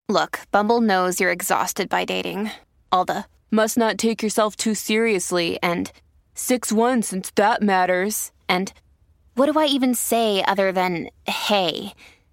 Look, Bumble knows you're exhausted by dating. All the must not take yourself too seriously and 6'1" since that matters. And what do I even say other than hey?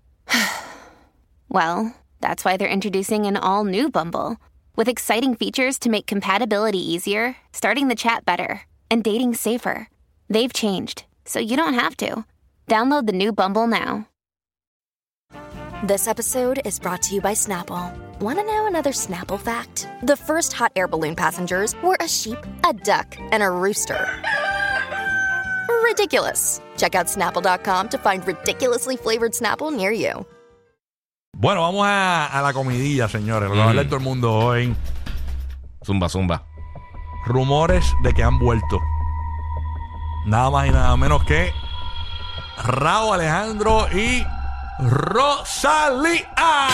Well, that's why they're introducing an all-new Bumble with exciting features to make compatibility easier, starting the chat better, and dating safer. They've changed, so you don't have to. Download the new Bumble now. This episode is brought to you by Snapple. Want to know another Snapple fact? The first hot air balloon passengers were a sheep, a duck, and a rooster. Ridiculous. Check out Snapple.com to find ridiculously flavored Snapple near you. Bueno, vamos a la comidilla, señores. Lo que va a hablar todo el mundo hoy. Zumba. Rumores de que han vuelto. Nada más y nada menos que Rauw Alejandro y Rosalía.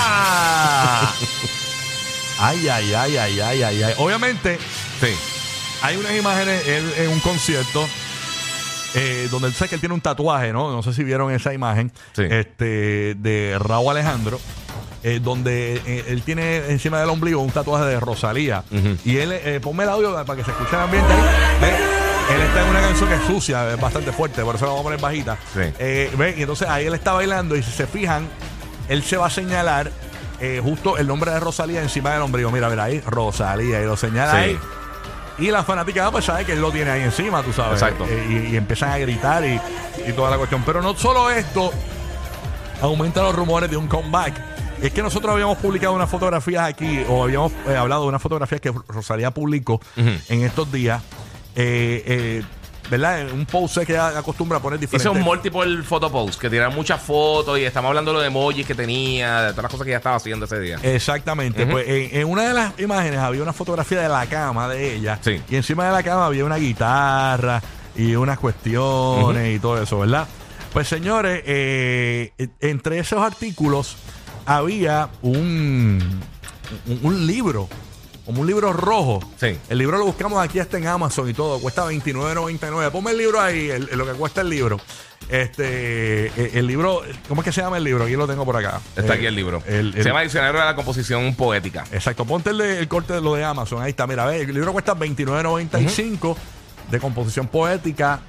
Ay. Obviamente, Sí. hay unas imágenes en un concierto donde él sabe que él tiene un tatuaje, ¿no? No sé si vieron esa imagen. Sí. De Rauw Alejandro, donde él tiene encima del ombligo un tatuaje de Rosalía. Y él, ponme el audio para que se escuche el ambiente ahí. Él está en una canción que es sucia, es bastante fuerte, por eso la vamos a poner bajita. Sí. Y entonces ahí él está bailando y si se fijan, él se va a señalar justo el nombre de Rosalía encima del ombligo. Mira ahí, Rosalía, y lo señala ahí. Y la fanática pues sabe que él lo tiene ahí encima, tú sabes. Exacto. Y empiezan a gritar y toda la cuestión. Pero no solo esto, aumenta los rumores de un comeback. Es que nosotros habíamos publicado unas fotografías aquí, o habíamos hablado de unas fotografías que Rosalía publicó en estos días. ¿Verdad? Un post que acostumbra a poner diferentes. Hizo un multiple photo post que tiene muchas fotos y estamos hablando de los emojis que tenía, de todas las cosas que ella estaba haciendo ese día. Exactamente. Pues en una de las imágenes había una fotografía de la cama de ella. Sí. Y encima de la cama había una guitarra y unas cuestiones y todo eso, ¿verdad? Pues señores, entre esos artículos había un libro. Como un libro rojo. Sí. El libro lo buscamos aquí hasta en Amazon y todo. Cuesta $29.99. Ponme el libro ahí, lo que cuesta el libro. El libro, ¿cómo es que se llama el libro? Aquí lo tengo por acá. Está aquí el libro. Se llama Diccionario de la Composición Poética. Exacto. Ponte el corte de lo de Amazon. Ahí está. Mira, ve, el libro cuesta $29.95 de composición poética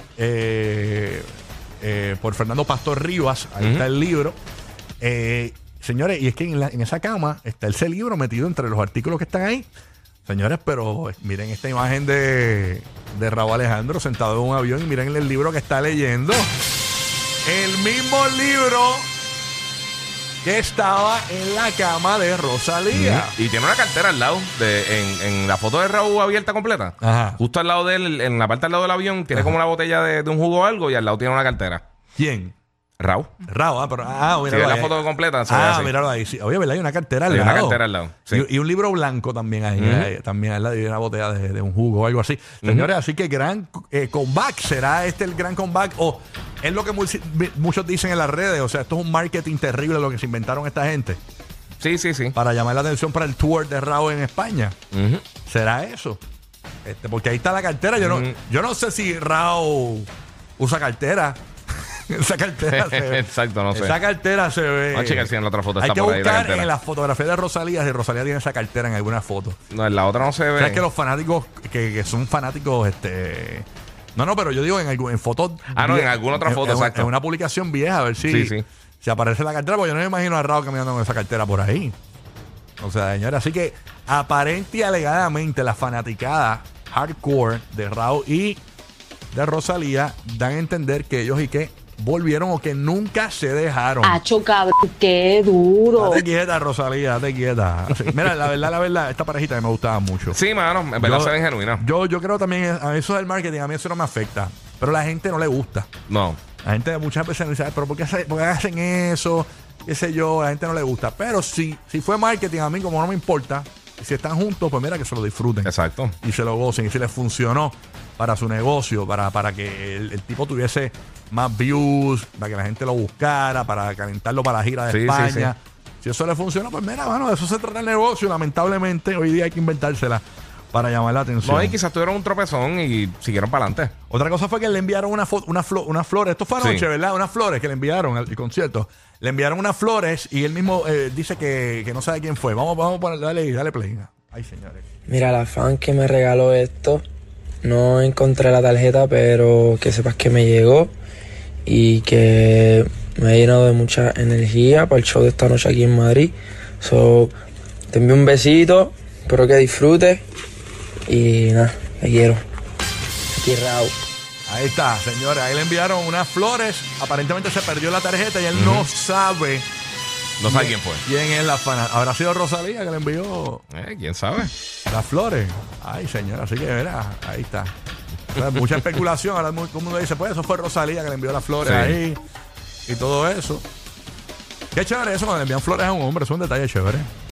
por Fernando Pastor Rivas. Ahí está el libro. Señores, y es que en esa cama está ese libro metido entre los artículos que están ahí. Señores, pero miren esta imagen de Rauw Alejandro sentado en un avión y miren el libro que está leyendo. El mismo libro que estaba en la cama de Rosalía. Y tiene una cartera al lado, en la foto de Rauw abierta completa. Ajá. Justo al lado de él, en la parte al lado del avión, tiene como una botella de un jugo o algo y al lado tiene una cartera. ¿Quién? Rauw. Rauw, Si míralo ves la ahí. foto completa, se ve así. Míralo ahí. Sí. Oye, ¿verdad? Hay una cartera al Hay lado. una cartera al lado. Sí. Y un libro blanco también ahí. También al lado y una botella de un jugo o algo así. Señores, así que gran comeback. ¿Será este el gran comeback? O es lo que muchos dicen en las redes. O sea, esto es un marketing terrible lo que se inventaron esta gente. Sí. Para llamar la atención para el tour de Rauw en España. ¿Será eso? Porque ahí está la cartera. Yo no sé si Rauw usa cartera. Esa cartera se ve. Exacto, no sé. Esa cartera se ve. Vamos a checar si en la otra foto Hay está que por ahí la buscar cartera. en las fotografías de Rosalía si Rosalía tiene esa cartera en alguna foto. No, en la otra no se ve. O sea, es que los fanáticos que son fanáticos, no, pero yo digo en fotos. No, en alguna otra foto, exacto. En una publicación vieja, a ver si aparece la cartera, porque yo no me imagino a Rauw caminando con esa cartera por ahí. O sea, señora, así que aparente y alegadamente la fanaticada hardcore de Rauw y de Rosalía dan a entender que ellos volvieron o que nunca se dejaron. Acho, cabrón, qué duro. Date quieta, Rosalía, date quieta. Sí, mira, la verdad, esta parejita que me gustaba mucho. Sí, mano, en verdad se ven genuinas. Yo creo también, a eso del marketing, a mí eso no me afecta. Pero a la gente no le gusta. No. La gente muchas veces dice, pero ¿por qué hacen eso? Qué sé yo, a la gente no le gusta. Pero si fue marketing, a mí como no me importa, si están juntos, pues mira que se lo disfruten. Exacto. Y se lo gocen. Y si les funcionó para su negocio, para que el tipo tuviese más views, para que la gente lo buscara, para calentarlo para la gira de España. Si eso le funcionó, pues mira, mano, de eso se trata el negocio. Lamentablemente, hoy día hay que inventársela para llamar la atención. No, y quizás tuvieron un tropezón y siguieron para adelante. Otra cosa fue que le enviaron unas flores. Esto fue anoche, Sí. ¿verdad? Unas flores que le enviaron al concierto. Le enviaron unas flores y él mismo dice que no sabe quién fue. Vamos a poner, dale play. Ay, señores. Mira, la fan que me regaló esto, no encontré la tarjeta, pero que sepas que me llegó y que me ha llenado de mucha energía para el show de esta noche aquí en Madrid. So, te envío un besito, espero que disfrutes y nada, te quiero. Aquí Raúl. Ahí está, señores. Ahí le enviaron unas flores. Aparentemente se perdió la tarjeta y él no sabe No sabe quién fue. quién es la fan. ¿Habrá sido Rosalía que le envió ¿Quién sabe? las flores? Ay, señora. Así que, verá, ahí está. O sea, mucha especulación. Ahora todo el mundo dice, pues eso fue Rosalía que le envió las flores Sí. ahí y todo eso. Qué chévere eso cuando le envían flores a un hombre. Es un detalle chévere.